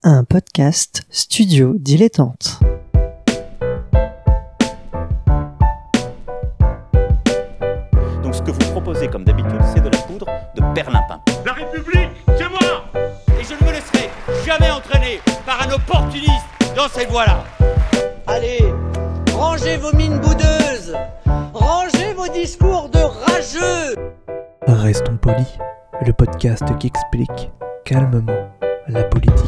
Un podcast Studio Dilettante. Donc ce que vous proposez comme d'habitude, c'est de la poudre de perlimpin. La République, c'est moi! Et je ne me laisserai jamais entraîner par un opportuniste dans cette voie-là. Allez, rangez vos mines boudeuses, rangez vos discours de rageux. Restons polis, le podcast qui explique calmement la politique.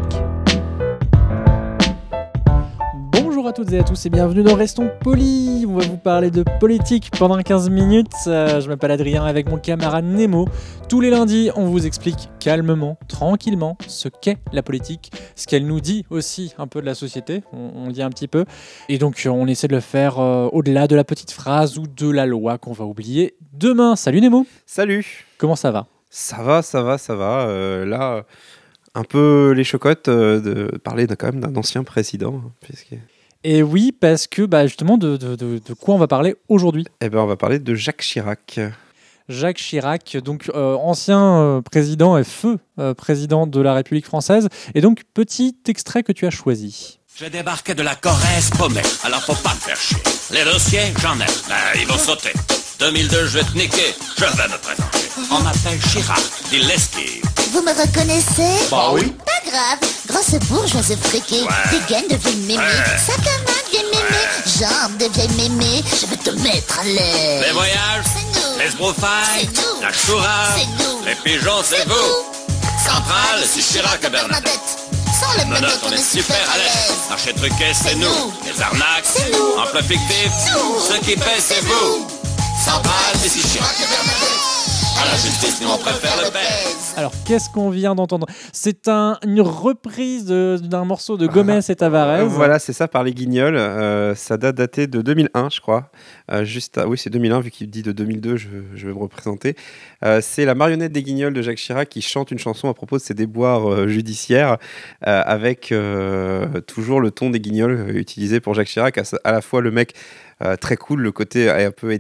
Bonjour à toutes et à tous et bienvenue dans Restons Polis. On va vous parler de politique pendant 15 minutes. Je m'appelle Adrien avec mon camarade Nemo. Tous les lundis, on vous explique calmement, tranquillement, ce qu'est la politique, ce qu'elle nous dit aussi un peu de la société, on le dit un petit peu. Et donc on essaie de le faire au-delà de la petite phrase ou de la loi qu'on va oublier demain. Salut Nemo. Salut. Comment ça va ? Ça va. Là, un peu les chocottes de parler quand même d'un ancien président. Puisque... Et oui, parce que justement, de quoi on va parler aujourd'hui ? Eh ben, on va parler de Jacques Chirac. Jacques Chirac, donc ancien président et feu président de la République française. Et donc, petit extrait que tu as choisi. Je débarquais de la Corrèze paumé, alors faut pas me faire chier. Les dossiers, j'en ai, ils vont sauter. 2002, je vais te niquer, je vais me présenter. On m'appelle Chirac, dit l'esquive. Vous me reconnaissez ? Bah oui. Pas grave, grosse bourgeoise friquée, Ouais. dégaine de vieille mémé, Ouais. sac à main de vieille mémé, jambes de vieille mémé, je vais te mettre à l'aise. Les voyages, C'est nous. les brouffailles, C'est nous. la choura, C'est nous. les pigeons, c'est vous. Centrale, c'est Chirac et Bernadette. Sans le Menottes, on est super à l'aise. Marché truqué, c'est nous. Les arnaques, C'est nous. emploi fictif, Nous. ceux qui paient, c'est vous. Centrale, c'est Chirac et Bernadette. À la justice, nous on préfère le baise. Alors, qu'est-ce qu'on vient d'entendre ? C'est une reprise d'un morceau de Gomez et Tavares. Voilà, c'est ça, par les Guignols. Ça date daté de 2001, je crois. Oui, c'est 2001, vu qu'il dit de 2002, je vais me représenter. C'est la marionnette des Guignols de Jacques Chirac qui chante une chanson à propos de ses déboires judiciaires, avec toujours le ton des Guignols utilisé pour Jacques Chirac, à la fois le mec très cool, le côté un peu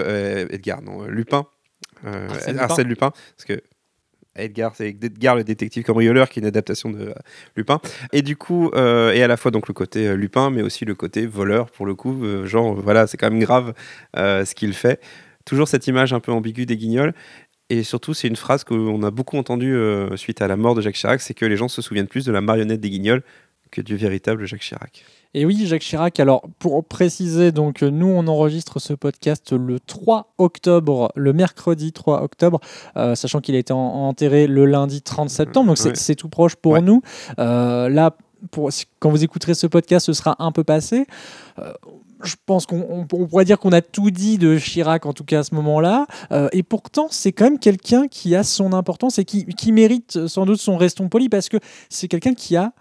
Lupin. Arsène Lupin, parce que Edgar, c'est Edgar le détective cambrioleur, qui est une adaptation de Lupin. Et du coup, et à la fois donc le côté Lupin, mais aussi le côté voleur, pour le coup. Voilà, c'est quand même grave ce qu'il fait. Toujours cette image un peu ambiguë des Guignols. Et surtout, c'est une phrase qu'on a beaucoup entendue suite à la mort de Jacques Chirac, c'est que les gens se souviennent plus de la marionnette des Guignols que du véritable Jacques Chirac. Et oui, Jacques Chirac, alors pour préciser, donc nous on enregistre ce podcast le 3 octobre, le mercredi 3 octobre, sachant qu'il a été enterré le lundi 30 septembre, donc c'est tout proche pour nous. Là, quand vous écouterez ce podcast, ce sera un peu passé. Je pense qu'on pourrait dire qu'on a tout dit de Chirac, en tout cas à ce moment-là. Et pourtant, c'est quand même quelqu'un qui a son importance et qui mérite sans doute son restons poli, parce que c'est quelqu'un qui a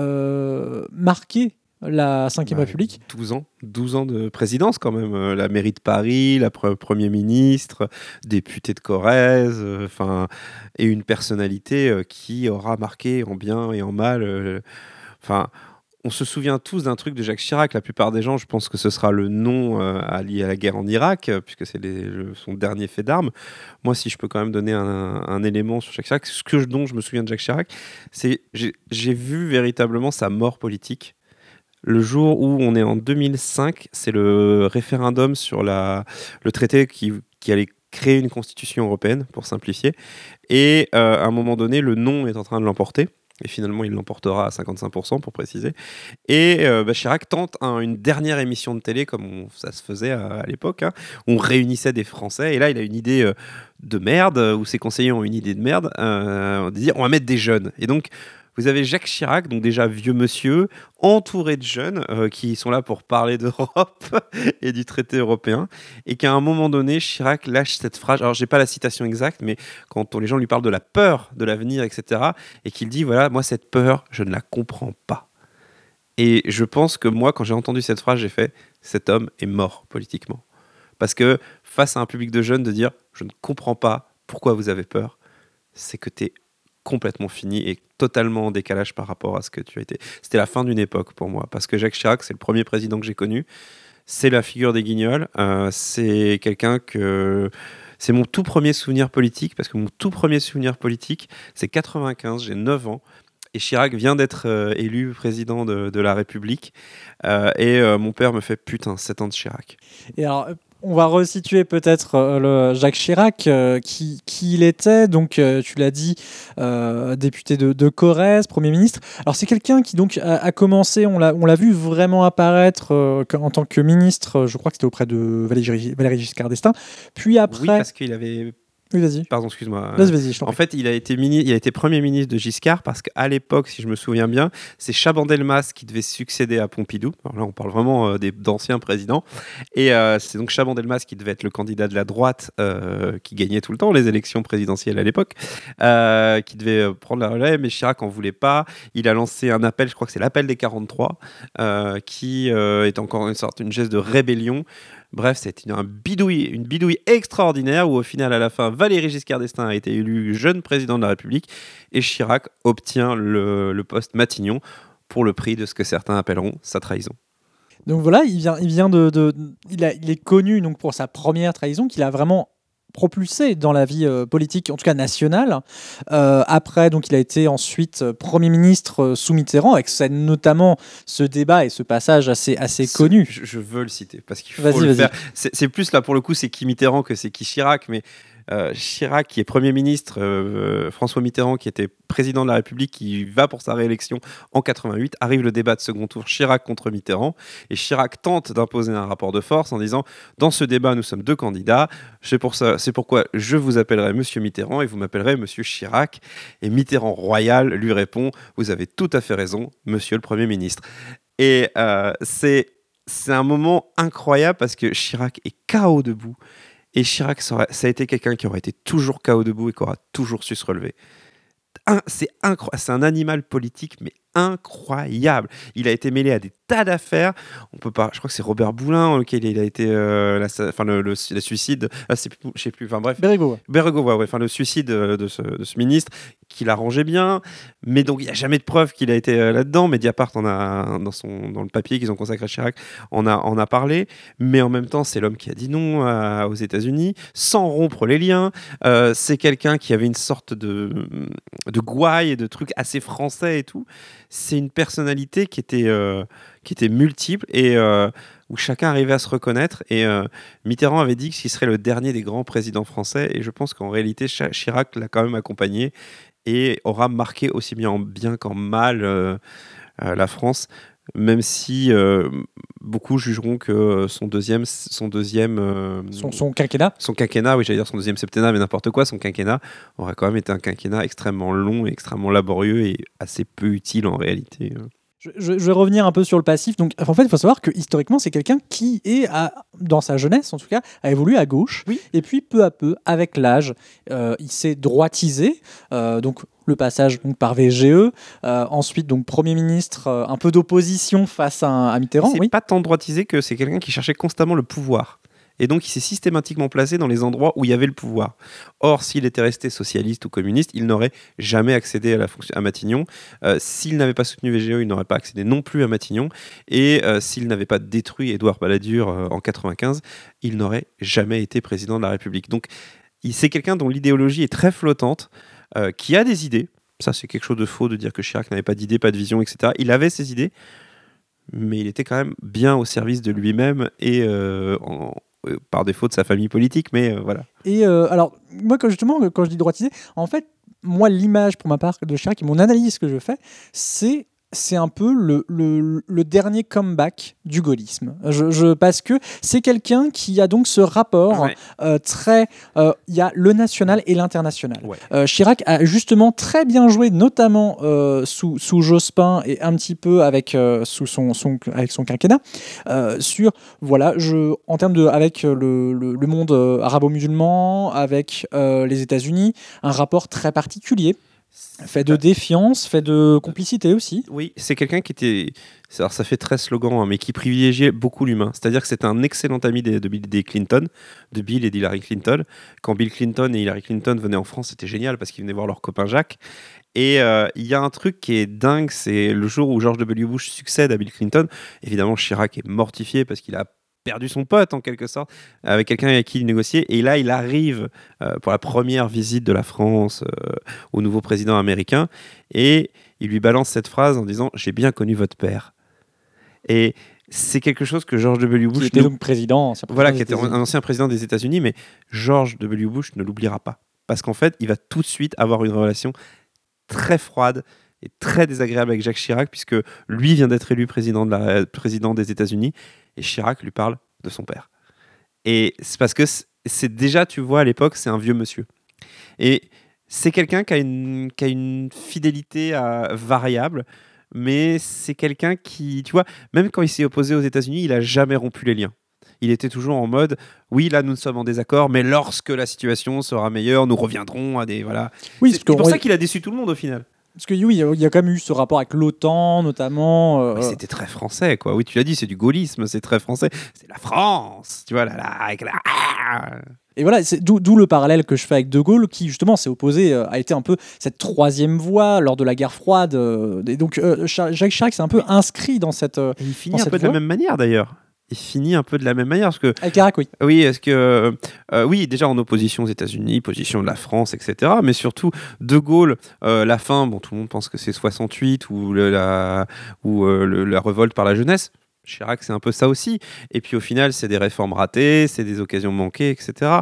marqué la Ve République. 12 ans de présidence quand même. La mairie de Paris, Premier ministre, député de Corrèze, et une personnalité qui aura marqué en bien et en mal. On se souvient tous d'un truc de Jacques Chirac. La plupart des gens, je pense que ce sera le nom lié à la guerre en Irak, puisque c'est son dernier fait d'armes. Moi, si je peux quand même donner un élément sur Jacques Chirac, dont je me souviens de Jacques Chirac, c'est j'ai vu véritablement sa mort politique. Le jour où on est en 2005, c'est le référendum sur le traité qui allait créer une constitution européenne, pour simplifier. Et à un moment donné, le non est en train de l'emporter. Et finalement, il l'emportera à 55%, pour préciser. Et Chirac tente une dernière émission de télé, comme ça se faisait à l'époque, où on réunissait des Français. Et là, il a une idée de merde, ou ses conseillers ont une idée de merde, de dire on va mettre des jeunes. Et donc, vous avez Jacques Chirac, donc déjà vieux monsieur, entouré de jeunes qui sont là pour parler d'Europe et du traité européen, et qu'à un moment donné, Chirac lâche cette phrase. Alors, j'ai pas la citation exacte, mais quand les gens lui parlent de la peur de l'avenir, etc., et qu'il dit, voilà, moi, cette peur, je ne la comprends pas. Et je pense que moi, quand j'ai entendu cette phrase, j'ai fait, cet homme est mort politiquement. Parce que face à un public de jeunes, de dire, je ne comprends pas pourquoi vous avez peur, c'est que t'es complètement fini et totalement en décalage par rapport à ce que tu as été. C'était la fin d'une époque pour moi, parce que Jacques Chirac, c'est le premier président que j'ai connu, c'est la figure des Guignols, c'est quelqu'un que... C'est mon tout premier souvenir politique, parce que mon tout premier souvenir politique, c'est 95, j'ai 9 ans, Et Chirac vient d'être élu président de la République. Et mon père me fait putain, 7 ans de Chirac. Et alors, on va resituer peut-être le Jacques Chirac, qui il était. Donc, tu l'as dit, député de Corrèze, Premier ministre. Alors, c'est quelqu'un qui donc a commencé, on l'a vu vraiment apparaître en tant que ministre, je crois que c'était auprès de Valéry Giscard d'Estaing. Puis après... Oui, parce qu'il avait... Oui, vas-y. Pardon, excuse-moi. Vas-y, je t'en En prie. fait, il a été Premier ministre de Giscard parce qu'à l'époque, si je me souviens bien, c'est Chaban-Delmas qui devait succéder à Pompidou. Alors là, on parle vraiment d'anciens présidents. Et c'est donc Chaban-Delmas qui devait être le candidat de la droite qui gagnait tout le temps les élections présidentielles à l'époque, qui devait prendre la relève, mais Chirac en voulait pas. Il a lancé un appel, je crois que c'est l'appel des 43, qui est encore une geste de rébellion. Bref, c'était une bidouille extraordinaire où au final, à la fin, Valéry Giscard d'Estaing a été élu jeune président de la République et Chirac obtient le poste Matignon pour le prix de ce que certains appelleront sa trahison. Donc voilà, il est connu donc pour sa première trahison qu'il a vraiment propulsé dans la vie politique, en tout cas nationale. Après, donc, il a été ensuite Premier ministre sous Mitterrand, avec notamment ce débat et ce passage assez connu. Je veux le citer, parce qu'il faut le faire. C'est plus, là, pour le coup, c'est qui Mitterrand que c'est qui Chirac, mais Chirac, qui est Premier ministre, François Mitterrand, qui était président de la République, qui va pour sa réélection en 88, arrive le débat de second tour Chirac contre Mitterrand, et Chirac tente d'imposer un rapport de force en disant « Dans ce débat, nous sommes 2 candidats, c'est pourquoi je vous appellerai Monsieur Mitterrand et vous m'appellerez Monsieur Chirac. » Et Mitterrand royal lui répond « Vous avez tout à fait raison, Monsieur le Premier ministre. » Et c'est un moment incroyable parce que Chirac est KO debout. Et Chirac, ça a été quelqu'un qui aurait été toujours KO debout et qui aura toujours su se relever. C'est un animal politique, mais incroyable. Il a été mêlé à des tas d'affaires. On peut pas. Je crois que c'est Robert Boulin auquel il a été le suicide. Je sais plus. Enfin bref. Bérégovoy. Ouais. Enfin le suicide de ce ministre qu'il arrangeait bien. Mais donc il y a jamais de preuve qu'il a été là-dedans. Mediapart dans le papier qu'ils ont consacré à Chirac, on a parlé. Mais en même temps, c'est l'homme qui a dit non aux États-Unis sans rompre les liens. C'est quelqu'un qui avait une sorte de gouaille et de trucs assez français et tout. C'est une personnalité qui était multiple et où chacun arrivait à se reconnaître. Et Mitterrand avait dit qu'il serait le dernier des grands présidents français. Et je pense qu'en réalité, Chirac l'a quand même accompagné et aura marqué aussi bien en bien qu'en mal la France. Même si beaucoup jugeront que son quinquennat, oui, j'allais dire son deuxième septennat, mais n'importe quoi, son quinquennat aurait quand même été un quinquennat extrêmement long, extrêmement laborieux et assez peu utile en réalité. Je vais revenir un peu sur le passif. Donc, en fait, il faut savoir que historiquement, c'est quelqu'un qui dans sa jeunesse, en tout cas, a évolué à gauche. Oui. Et puis, peu à peu, avec l'âge, il s'est droitisé. Donc, le passage donc, par VGE. Ensuite, donc, Premier ministre, un peu d'opposition face à Mitterrand. C'est pas tant droitisé que c'est quelqu'un qui cherchait constamment le pouvoir. Et donc, il s'est systématiquement placé dans les endroits où il y avait le pouvoir. Or, s'il était resté socialiste ou communiste, il n'aurait jamais accédé à Matignon. S'il n'avait pas soutenu VGE, il n'aurait pas accédé non plus à Matignon. Et s'il n'avait pas détruit Édouard Balladur en 95, il n'aurait jamais été président de la République. Donc, c'est quelqu'un dont l'idéologie est très flottante, qui a des idées. Ça, c'est quelque chose de faux de dire que Chirac n'avait pas d'idées, pas de vision, etc. Il avait ses idées, mais il était quand même bien au service de lui-même et par défaut de sa famille politique, mais voilà. Et alors, moi, quand je dis droitisé, en fait, moi, l'image pour ma part de Chirac et mon analyse que je fais, c'est un peu le dernier comeback du gaullisme. Parce que c'est quelqu'un qui a donc ce rapport très... Il y a le national et l'international. Ouais. Chirac a justement très bien joué, notamment sous Jospin et un petit peu avec son quinquennat, sur, voilà, en termes avec le monde arabo-musulman, avec les États-Unis, un rapport très particulier. Fait de défiance, fait de complicité aussi. Oui, c'est quelqu'un qui était... Alors ça fait très slogan, hein, mais qui privilégiait beaucoup l'humain. C'est-à-dire que c'était un excellent ami de Bill et d'Hillary Clinton. Quand Bill Clinton et Hillary Clinton venaient en France, c'était génial parce qu'ils venaient voir leur copain Jacques. Et il y a un truc qui est dingue, c'est le jour où George W. Bush succède à Bill Clinton. Évidemment, Chirac est mortifié parce qu'il a perdu son pote en quelque sorte, avec quelqu'un avec qui il négociait, et là il arrive pour la première visite de la France au nouveau président américain, et il lui balance cette phrase en disant « J'ai bien connu votre père ». Et c'est quelque chose que George W. Bush... Qui était donc président, qui était un ancien président des États-Unis, mais George W. Bush ne l'oubliera pas. Parce qu'en fait, il va tout de suite avoir une relation très froide et très désagréable avec Jacques Chirac, puisque lui vient d'être élu président des États-Unis, et Chirac lui parle de son père. Et c'est parce que c'est déjà, tu vois, à l'époque, c'est un vieux monsieur. Et c'est quelqu'un qui a une fidélité variable, mais c'est quelqu'un qui, tu vois, même quand il s'est opposé aux États-Unis, il n'a jamais rompu les liens. Il était toujours en mode, oui, là, nous sommes en désaccord, mais lorsque la situation sera meilleure, nous reviendrons à des... Voilà. Oui, c'est pour ça qu'il a déçu tout le monde, au final. Parce que oui, il y a quand même eu ce rapport avec l'OTAN, notamment. C'était très français, quoi. Oui, tu l'as dit, c'est du gaullisme, c'est très français. C'est la France, tu vois, là, avec la... Et voilà, c'est d'où le parallèle que je fais avec De Gaulle, qui justement s'est opposé, a été un peu cette troisième voie lors de la guerre froide. Et donc Jacques Chirac s'est un peu inscrit dans cette. Et il finit un peu de la même manière, d'ailleurs. Il finit un peu de la même manière. Parce que, avec Chirac, oui. Oui, est-ce que, oui, déjà en opposition aux États-Unis, position de la France, etc. Mais surtout, De Gaulle, la fin, bon, tout le monde pense que c'est 68 ou la révolte par la jeunesse. Chirac, c'est un peu ça aussi. Et puis au final, c'est des réformes ratées, c'est des occasions manquées, etc.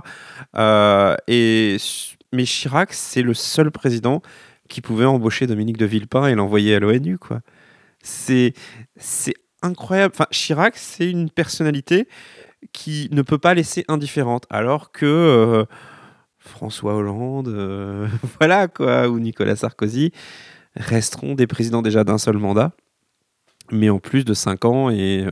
Mais Chirac, c'est le seul président qui pouvait embaucher Dominique de Villepin et l'envoyer à l'ONU, quoi. C'est incroyable. Enfin, Chirac, c'est une personnalité qui ne peut pas laisser indifférente, alors que François Hollande, voilà quoi, ou Nicolas Sarkozy resteront des présidents déjà d'un seul mandat, mais en plus de 5 ans et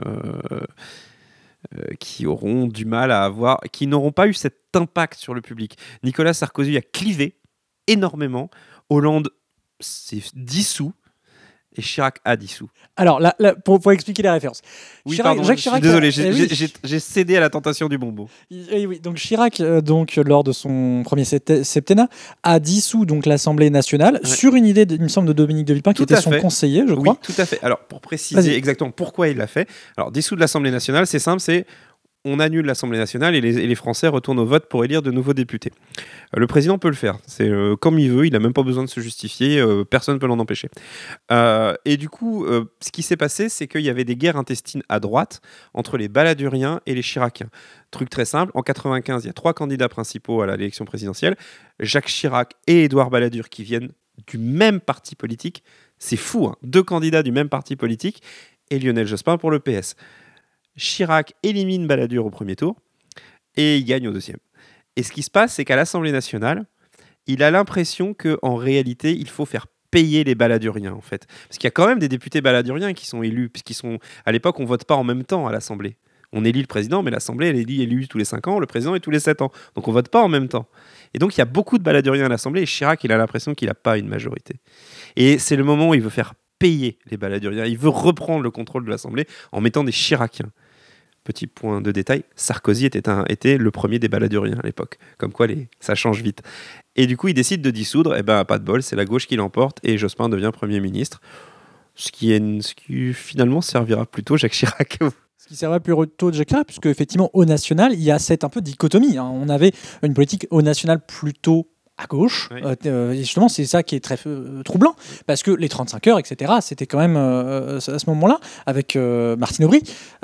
qui auront du mal à avoir, qui n'auront pas eu cet impact sur le public. Nicolas Sarkozy a clivé énormément, Hollande s'est dissous, et Chirac a dissous. Alors, là, pour expliquer les références. Oui, Chirac, pardon, Jacques Chirac, désolé, j'ai cédé à la tentation du bonbon. Oui, donc Chirac, lors de son premier septennat, a dissous donc l'Assemblée nationale sur une idée, il me semble, de Dominique de Villepin, qui était son conseiller, je crois. Oui, tout à fait. Alors, pour préciser exactement pourquoi il l'a fait, alors, dissoudre l'Assemblée nationale, c'est simple, c'est on annule l'Assemblée nationale et les Français retournent au vote pour élire de nouveaux députés. Le président peut le faire, c'est comme il veut, il n'a même pas besoin de se justifier, personne ne peut l'en empêcher. Et du coup, ce qui s'est passé, c'est qu'il y avait des guerres intestines à droite entre les baladuriens et les chiraciens. Truc très simple, en 95, il y a 3 candidats principaux à l'élection présidentielle, Jacques Chirac et Édouard Balladur, qui viennent du même parti politique. C'est fou, hein, 2 candidats du même parti politique, et Lionel Jospin pour le PS. Chirac élimine Balladur au premier tour et il gagne au deuxième. Et ce qui se passe, c'est qu'à l'Assemblée nationale, il a l'impression qu'en réalité, il faut faire payer les baladuriens, en fait. Parce qu'il y a quand même des députés baladuriens qui sont élus, puisqu'ils sont... À l'époque, on ne vote pas en même temps à l'Assemblée. On élit le président, mais l'Assemblée, elle est élue tous les 5 ans, le président est tous les 7 ans. Donc on ne vote pas en même temps. Et donc, il y a beaucoup de baladuriens à l'Assemblée, et Chirac, il a l'impression qu'il n'a pas une majorité. Et c'est le moment où il veut faire payer les baladuriens. Il veut reprendre le contrôle de l'Assemblée en mettant des chiraciens. Petit point de détail, Sarkozy était le premier des baladuriens à l'époque. Comme quoi, ça change vite. Et du coup, il décide de dissoudre. Et ben, pas de bol, c'est la gauche qui l'emporte et Jospin devient Premier ministre. Ce qui finalement servira plutôt Jacques Chirac. Ce qui servira plutôt Jacques Chirac, puisque effectivement, au national, il y a cette un peu dichotomie. Hein. On avait une politique au national plutôt à gauche. Oui. Et justement, c'est ça qui est très troublant, parce que les 35 heures, etc., c'était quand même à ce moment-là, avec Martine Aubry.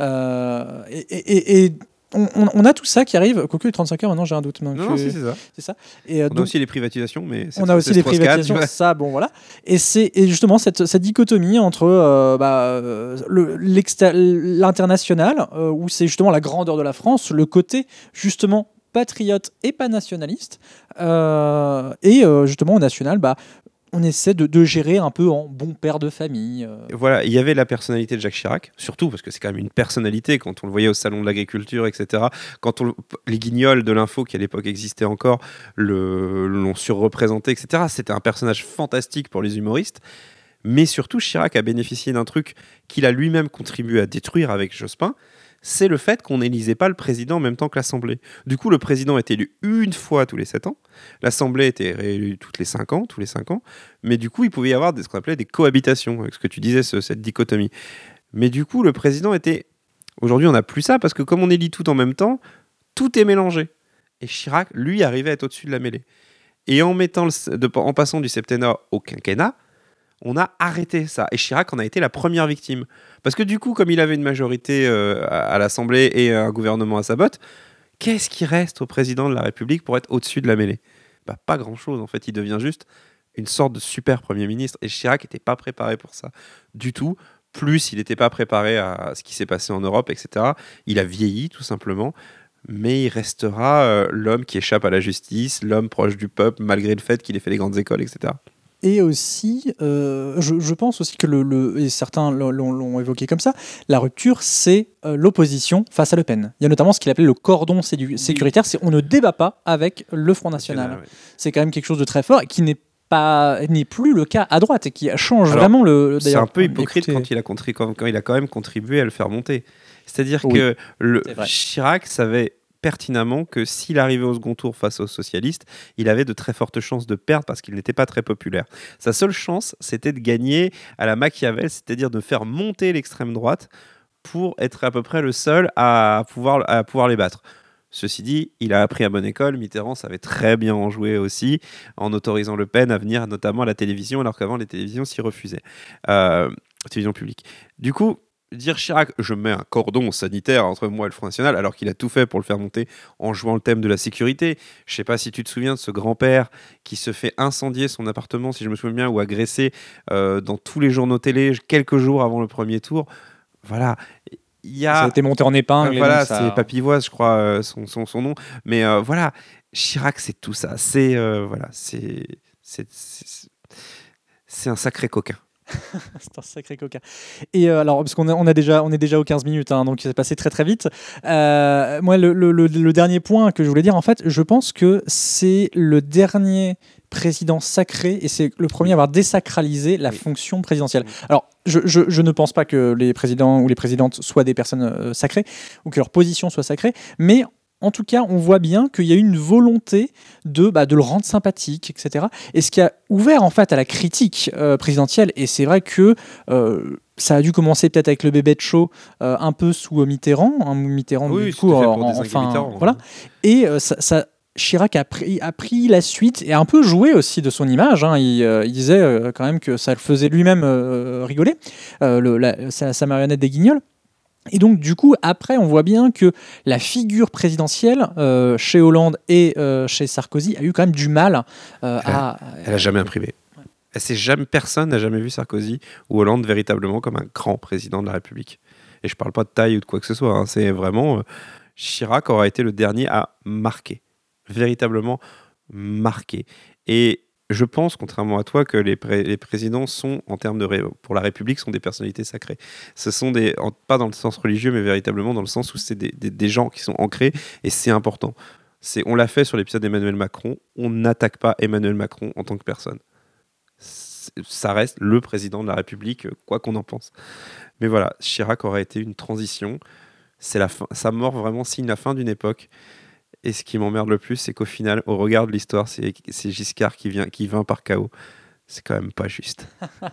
Et on a tout ça qui arrive. Quoique les 35 heures, maintenant, j'ai un doute. Non, c'est ça. C'est ça. Et on a aussi les privatisations, mais on a aussi les privatisations, ça, bon, voilà. Et justement cette dichotomie entre l'international, où c'est justement la grandeur de la France, le côté, justement, patriote et pas nationaliste, justement au national, on essaie de gérer un peu en bon père de famille. Voilà, il y avait la personnalité de Jacques Chirac, surtout parce que c'est quand même une personnalité, quand on le voyait au salon de l'agriculture, etc. Quand les guignols de l'info, qui à l'époque existaient encore, l'ont surreprésenté, etc. C'était un personnage fantastique pour les humoristes. Mais surtout, Chirac a bénéficié d'un truc qu'il a lui-même contribué à détruire avec Jospin, c'est le fait qu'on n'élisait pas le président en même temps que l'Assemblée. Du coup, le président est élu une fois tous les 7 ans, l'Assemblée était réélue tous les 5 ans, mais du coup, il pouvait y avoir ce qu'on appelait des cohabitations, avec ce que tu disais, cette dichotomie. Mais du coup, le président était... Aujourd'hui, on n'a plus ça, parce que comme on élit tout en même temps, tout est mélangé. Et Chirac, lui, arrivait à être au-dessus de la mêlée. Et en passant du septennat au quinquennat, On a arrêté ça. Et Chirac en a été la première victime. Parce que du coup, comme il avait une majorité à l'Assemblée et un gouvernement à sa botte, qu'est-ce qui reste au président de la République pour être au-dessus de la mêlée ? Pas grand-chose. En fait, il devient juste une sorte de super Premier ministre. Et Chirac n'était pas préparé pour ça du tout. Plus, il n'était pas préparé à ce qui s'est passé en Europe, etc. Il a vieilli, tout simplement. Mais il restera l'homme qui échappe à la justice, l'homme proche du peuple, malgré le fait qu'il ait fait les grandes écoles, etc. Et aussi, je pense aussi que et certains l'ont évoqué comme ça, la rupture, c'est l'opposition face à Le Pen. Il y a notamment ce qu'il appelait le cordon sécuritaire, c'est on ne débat pas avec le Front National. Ouais. C'est quand même quelque chose de très fort et qui n'est plus le cas à droite et qui change vraiment le. C'est un peu hypocrite quand il a quand même contribué à le faire monter. C'est-à-dire que Chirac savait pertinemment que s'il arrivait au second tour face aux socialistes, il avait de très fortes chances de perdre parce qu'il n'était pas très populaire. Sa seule chance, c'était de gagner à la Machiavel, c'est-à-dire de faire monter l'extrême droite pour être à peu près le seul à pouvoir les battre. Ceci dit, il a appris à bonne école. Mitterrand savait très bien en jouer aussi, en autorisant Le Pen à venir notamment à la télévision, alors qu'avant les télévisions s'y refusaient. Télévision publique. Du coup, dire Chirac, je mets un cordon sanitaire entre moi et le Front National, alors qu'il a tout fait pour le faire monter en jouant le thème de la sécurité. Je ne sais pas si tu te souviens de ce grand-père qui se fait incendier son appartement, si je me souviens bien, ou agresser dans tous les journaux télé quelques jours avant le premier tour. Voilà. Ça a été monté en épingle. Voilà, c'est Papivoise, je crois, son nom. Mais voilà, Chirac, c'est tout ça. C'est un sacré coquin. C'est un sacré coquin. Et alors, parce on est déjà aux 15 minutes, hein, donc c'est passé très très vite. Moi, le dernier point que je voulais dire, en fait, je pense que c'est le dernier président sacré et c'est le premier à avoir désacralisé la fonction présidentielle. Alors, je ne pense pas que les présidents ou les présidentes soient des personnes sacrées ou que leur position soit sacrée, mais en tout cas, on voit bien qu'il y a eu une volonté de le rendre sympathique, etc. Et ce qui a ouvert en fait à la critique présidentielle. Et c'est vrai que ça a dû commencer peut-être avec le bébé de show un peu sous Mitterrand. Mitterrand, oui, du coup, voilà. Et Chirac a pris la suite et a un peu joué aussi de son image. Hein. Il disait quand même que ça le faisait lui-même rigoler, sa marionnette des Guignols. Et donc, du coup, après, on voit bien que la figure présidentielle, chez Hollande et chez Sarkozy, a eu quand même du mal à... Elle n'a jamais imprimé. Personne n'a jamais vu Sarkozy ou Hollande véritablement comme un grand président de la République. Et je ne parle pas de taille ou de quoi que ce soit. Hein. C'est vraiment... Chirac aura été le dernier à marquer. Véritablement marquer. Et je pense, contrairement à toi, que les présidents sont, en termes pour la République, sont des personnalités sacrées. Ce sont pas dans le sens religieux, mais véritablement dans le sens où c'est des gens qui sont ancrés, et c'est important. On l'a fait sur l'épisode d'Emmanuel Macron, on n'attaque pas Emmanuel Macron en tant que personne. Ça reste le président de la République, quoi qu'on en pense. Mais voilà, Chirac aurait été une transition. C'est la fin. Sa mort vraiment signe la fin d'une époque. Et ce qui m'emmerde le plus, c'est qu'au final, au regard de l'histoire, c'est Giscard qui vint par chaos. C'est quand même pas juste.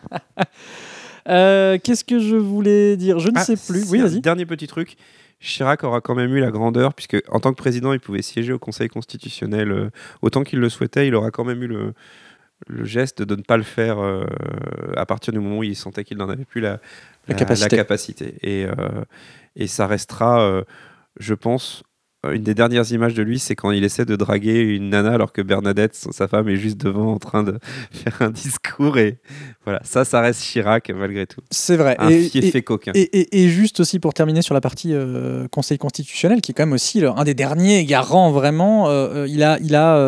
Qu'est-ce que je voulais dire ? Je ne sais plus. Oui, vas-y. Dernier petit truc. Chirac aura quand même eu la grandeur, puisque en tant que président, il pouvait siéger au Conseil constitutionnel autant qu'il le souhaitait. Il aura quand même eu le geste de ne pas le faire à partir du moment où il sentait qu'il n'en avait plus la capacité. Et ça restera, je pense... Une des dernières images de lui, c'est quand il essaie de draguer une nana alors que Bernadette, sa femme, est juste devant en train de faire un discours. Et voilà, ça reste Chirac malgré tout. C'est vrai. Un fiefé coquin. Et juste aussi pour terminer sur la partie Conseil constitutionnel, qui est quand même aussi un des derniers garants vraiment. Il a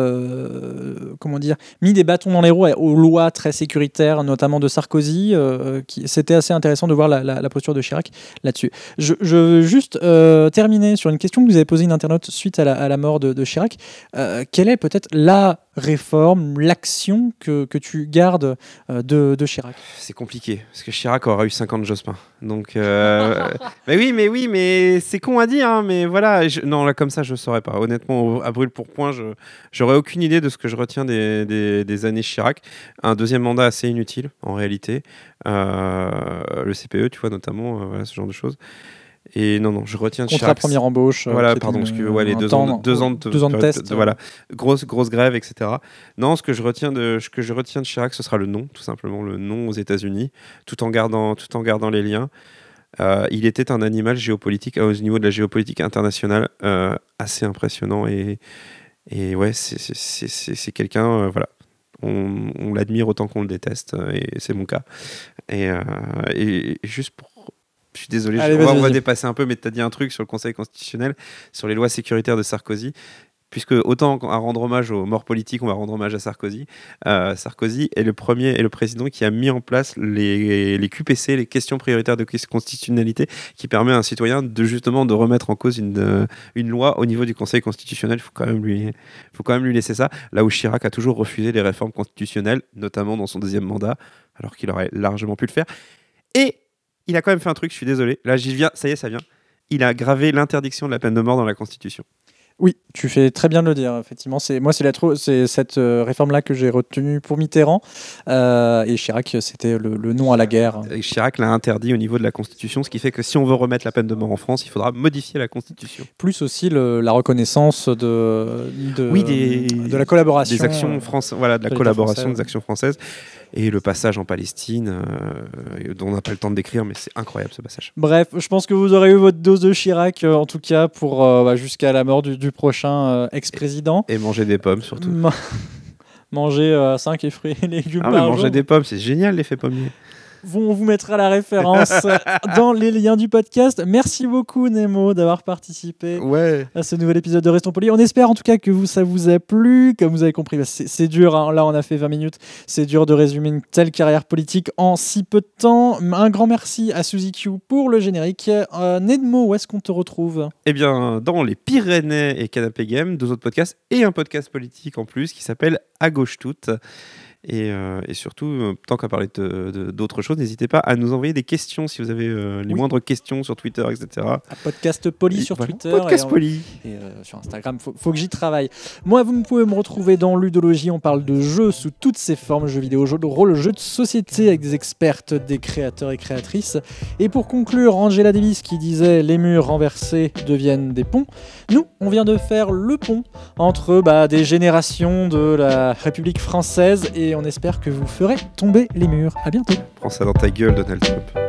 mis des bâtons dans les roues aux lois très sécuritaires, notamment de Sarkozy. C'était assez intéressant de voir la posture de Chirac là-dessus. Je veux juste terminer sur une question que vous avez posée une internaute suite à la mort de Chirac. Quelle est peut-être la réforme, l'action que tu gardes de Chirac ? C'est compliqué, parce que Chirac aura eu 50 Jospin. Donc, mais oui, mais c'est con à dire, hein, mais voilà. Non, là, comme ça, je ne saurais pas. Honnêtement, à brûle pour point, j'aurais aucune idée de ce que je retiens des années Chirac. Un deuxième mandat assez inutile, en réalité. Le CPE, tu vois, notamment, voilà, ce genre de choses. Et non, je retiens de Contrat Chirac. première embauche. Voilà, pardon, les un 2 temps- ans, 2 ans de, 2 ans de test. Voilà, grosse grève, etc. Non, ce que je retiens de Chirac, ce sera le nom, tout simplement, le nom aux États-Unis, tout en gardant les liens. Il était un animal géopolitique au niveau de la géopolitique internationale assez impressionnant et ouais, c'est quelqu'un, voilà. On l'admire autant qu'on le déteste et c'est mon cas. Et juste pour... Je suis désolé, Allez, on va vas-y. dépasser un peu, mais tu as dit un truc sur le Conseil constitutionnel, sur les lois sécuritaires de Sarkozy. Puisque autant à rendre hommage aux morts politiques, on va rendre hommage à Sarkozy. Sarkozy est le président qui a mis en place les QPC, les questions prioritaires de constitutionnalité, qui permet à un citoyen de remettre en cause une loi au niveau du Conseil constitutionnel. Il faut quand même lui laisser ça. Là où Chirac a toujours refusé les réformes constitutionnelles, notamment dans son 2e mandat, alors qu'il aurait largement pu le faire. Et il a quand même fait un truc, je suis désolé. Là, j'y viens, ça y est, ça vient. Il a gravé l'interdiction de la peine de mort dans la Constitution. Oui, tu fais très bien de le dire, effectivement. C'est cette réforme-là que j'ai retenue pour Mitterrand. Et Chirac, c'était le non à la guerre. Et Chirac l'a interdit au niveau de la Constitution, ce qui fait que si on veut remettre la peine de mort en France, il faudra modifier la Constitution. Plus aussi la reconnaissance de la collaboration. Des actions de la collaboration française. des actions françaises. Et le passage en Palestine, dont on n'a pas le temps de décrire, mais c'est incroyable ce passage. Bref, je pense que vous aurez eu votre dose de Chirac, en tout cas, pour jusqu'à la mort du prochain ex-président. Et manger des pommes, surtout. Manger 5 fruits et légumes mais par jour. manger des pommes, c'est génial l'effet pommier. On vous mettra la référence dans les liens du podcast. Merci beaucoup Nemo d'avoir participé à ce nouvel épisode de Restons Polis. On espère en tout cas que ça vous a plu. Comme vous avez compris, c'est dur, hein. Là on a fait 20 minutes. C'est dur de résumer une telle carrière politique en si peu de temps. Un grand merci à Suzy Q pour le générique. Nemo, où est-ce qu'on te retrouve ? Eh bien, dans les Pyrénées et Canapé Game, 2 autres podcasts et un podcast politique en plus qui s'appelle À Gauche Toute. Et surtout, tant qu'à parler d'autres choses, n'hésitez pas à nous envoyer des questions si vous avez les moindres questions sur Twitter, etc. À Podcast Poli sur Twitter. Podcast Poli. Et sur Instagram, faut que j'y travaille. Moi, vous pouvez me retrouver dans Ludologie. On parle de jeux sous toutes ses formes, jeux vidéo, jeux de rôle, jeux de société avec des expertes, des créateurs et créatrices. Et pour conclure, Angela Davis qui disait « Les murs renversés deviennent des ponts ». Nous, on vient de faire le pont entre des générations de la République française et on espère que vous ferez tomber les murs. À bientôt. Prends ça dans ta gueule, Donald Trump.